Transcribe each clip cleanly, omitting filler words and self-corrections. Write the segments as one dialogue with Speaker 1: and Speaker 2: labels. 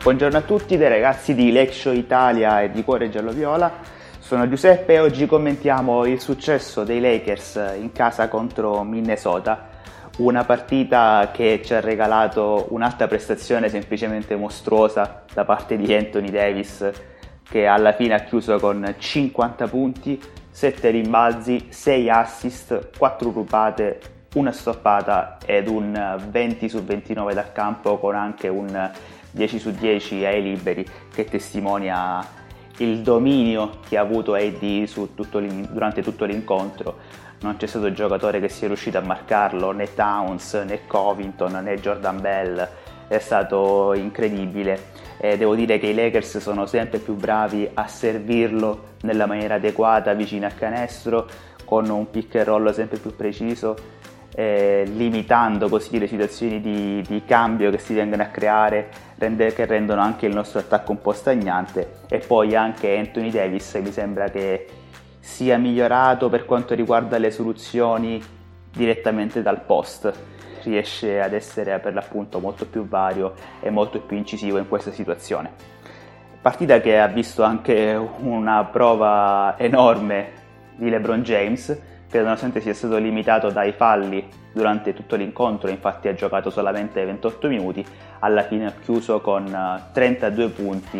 Speaker 1: Buongiorno a tutti dai ragazzi di Lake Show Italia e di Cuore Giallo-Viola. Sono Giuseppe e oggi commentiamo il successo dei Lakers in casa contro Minnesota, una partita che ci ha regalato un'alta prestazione semplicemente mostruosa da parte di Anthony Davis, che alla fine ha chiuso con 50 punti, 7 rimbalzi, 6 assist, 4 rubate, una stoppata ed un 20 su 29 dal campo, con anche un 10 su 10 ai liberi, che testimonia il dominio che ha avuto AD durante tutto l'incontro. Non c'è stato giocatore che sia riuscito a marcarlo, né Towns, né Covington, né Jordan Bell. È stato incredibile e devo dire che i Lakers sono sempre più bravi a servirlo nella maniera adeguata, vicino al canestro, con un pick and roll sempre più preciso, limitando così le situazioni di cambio che si vengono a creare, che rendono anche il nostro attacco un po' stagnante. E poi anche Anthony Davis mi sembra che sia migliorato per quanto riguarda le soluzioni direttamente dal post, riesce ad essere per l'appunto molto più vario e molto più incisivo in questa situazione. Partita che ha visto anche una prova enorme di LeBron James, che nonostante sia stato limitato dai falli durante tutto l'incontro, infatti ha giocato solamente 28 minuti, alla fine ha chiuso con 32 punti,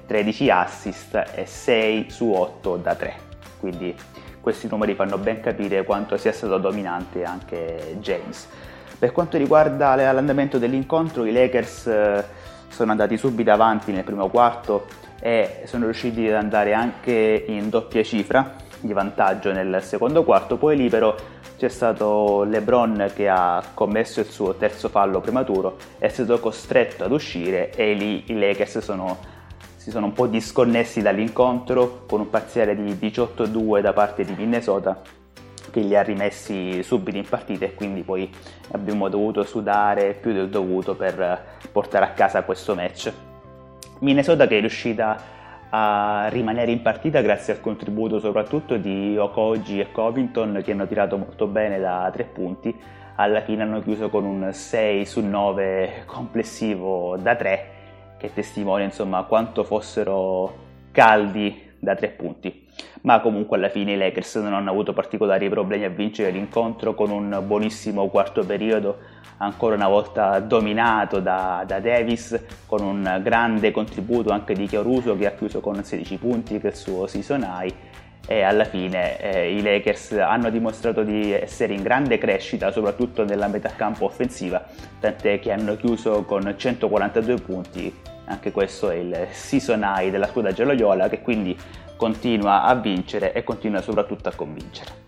Speaker 1: 13 assist e 6 su 8 da 3. Quindi questi numeri fanno ben capire quanto sia stato dominante anche James. Per quanto riguarda l'andamento dell'incontro, i Lakers sono andati subito avanti nel primo quarto e sono riusciti ad andare anche in doppia cifra di vantaggio nel secondo quarto. Poi lì però c'è stato LeBron che ha commesso il suo terzo fallo prematuro, è stato costretto ad uscire e lì i Lakers si sono un po' disconnessi dall'incontro, con un parziale di 18-2 da parte di Minnesota che li ha rimessi subito in partita, e quindi poi abbiamo dovuto sudare più del dovuto per portare a casa questo match. Minnesota che è riuscita a rimanere in partita grazie al contributo soprattutto di Okogie e Covington, che hanno tirato molto bene da 3 punti. Alla fine hanno chiuso con un 6 su 9 complessivo da 3, che testimonia insomma quanto fossero caldi da 3 punti. Ma comunque alla fine i Lakers non hanno avuto particolari problemi a vincere l'incontro, con un buonissimo quarto periodo ancora una volta dominato da Davis, con un grande contributo anche di Caruso, che ha chiuso con 16 punti, che è il suo season high. E alla fine i Lakers hanno dimostrato di essere in grande crescita soprattutto nella metà campo offensiva, tant'è che hanno chiuso con 142 punti. Anche questo è il season high della squadra giallo-viola, che quindi continua a vincere e continua soprattutto a convincere.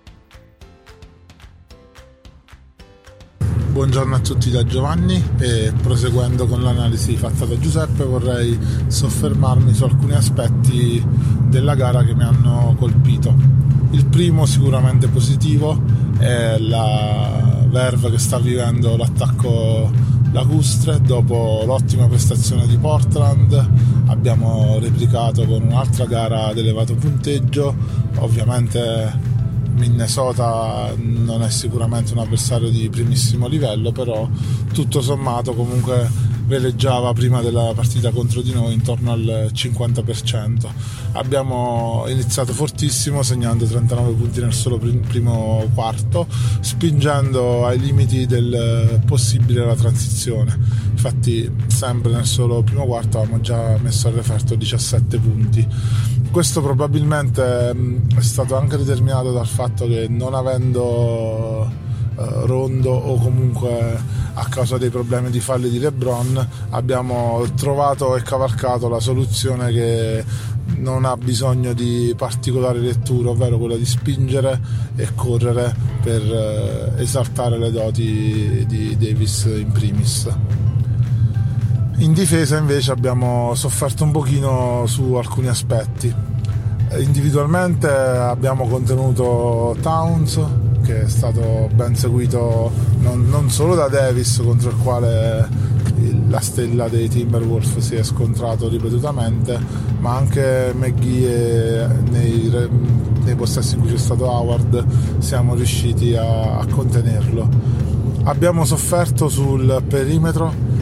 Speaker 2: Buongiorno a tutti da Giovanni, e proseguendo con l'analisi fatta da Giuseppe vorrei soffermarmi su alcuni aspetti della gara che mi hanno colpito. Il primo, sicuramente positivo, è la verve che sta vivendo l'attacco lacustre. Dopo l'ottima prestazione di Portland abbiamo replicato con un'altra gara ad elevato punteggio. Ovviamente Minnesota non è sicuramente un avversario di primissimo livello, però tutto sommato comunque veleggiava prima della partita contro di noi intorno al 50%. Abbiamo iniziato fortissimo, segnando 39 punti nel solo primo quarto, spingendo ai limiti del possibile la transizione. Infatti sempre nel solo primo quarto avevamo già messo a referto 17 punti. Questo probabilmente è stato anche determinato dal fatto che, non avendo Rondo, o comunque a causa dei problemi di falli di LeBron, abbiamo trovato e cavalcato la soluzione che non ha bisogno di particolari letture, ovvero quella di spingere e correre per esaltare le doti di Davis in primis. In difesa invece abbiamo sofferto un pochino su alcuni aspetti. Individualmente abbiamo contenuto Towns, che è stato ben seguito non solo da Davis, contro il quale la stella dei Timberwolves si è scontrato ripetutamente, ma anche McGee, nei possessi in cui c'è stato Howard siamo riusciti a contenerlo. Abbiamo sofferto sul perimetro,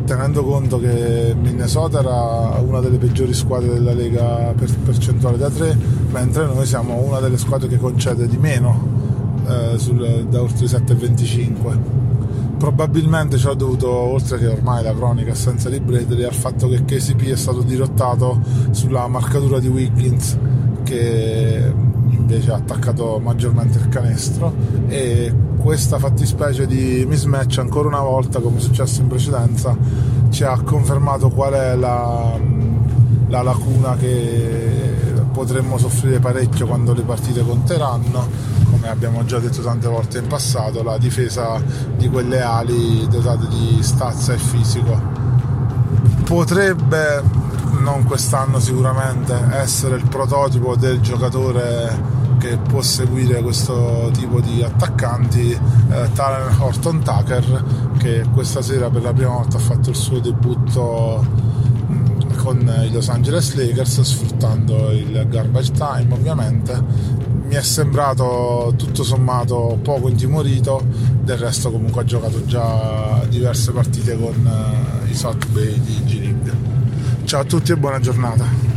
Speaker 2: tenendo conto che Minnesota era una delle peggiori squadre della Lega per percentuale da 3, mentre noi siamo una delle squadre che concede di meno da oltre 7,25. Probabilmente ciò è dovuto, oltre che ormai la cronica senza di Bradley, al fatto che KCP è stato dirottato sulla marcatura di Wiggins, che invece ha attaccato maggiormente il canestro, e questa fattispecie di mismatch ancora una volta, come è successo in precedenza, ci ha confermato qual è la lacuna che potremmo soffrire parecchio quando le partite conteranno. Come abbiamo già detto tante volte in passato, la difesa di quelle ali dotate di stazza e fisico potrebbe, non quest'anno sicuramente, essere il prototipo del giocatore che può seguire questo tipo di attaccanti, Talen Horton-Tucker, che questa sera per la prima volta ha fatto il suo debutto con i Los Angeles Lakers, sfruttando il garbage time ovviamente. Mi è sembrato tutto sommato poco intimorito, del resto comunque ha giocato già diverse partite con i South Bay di G-League. Ciao a tutti e buona giornata.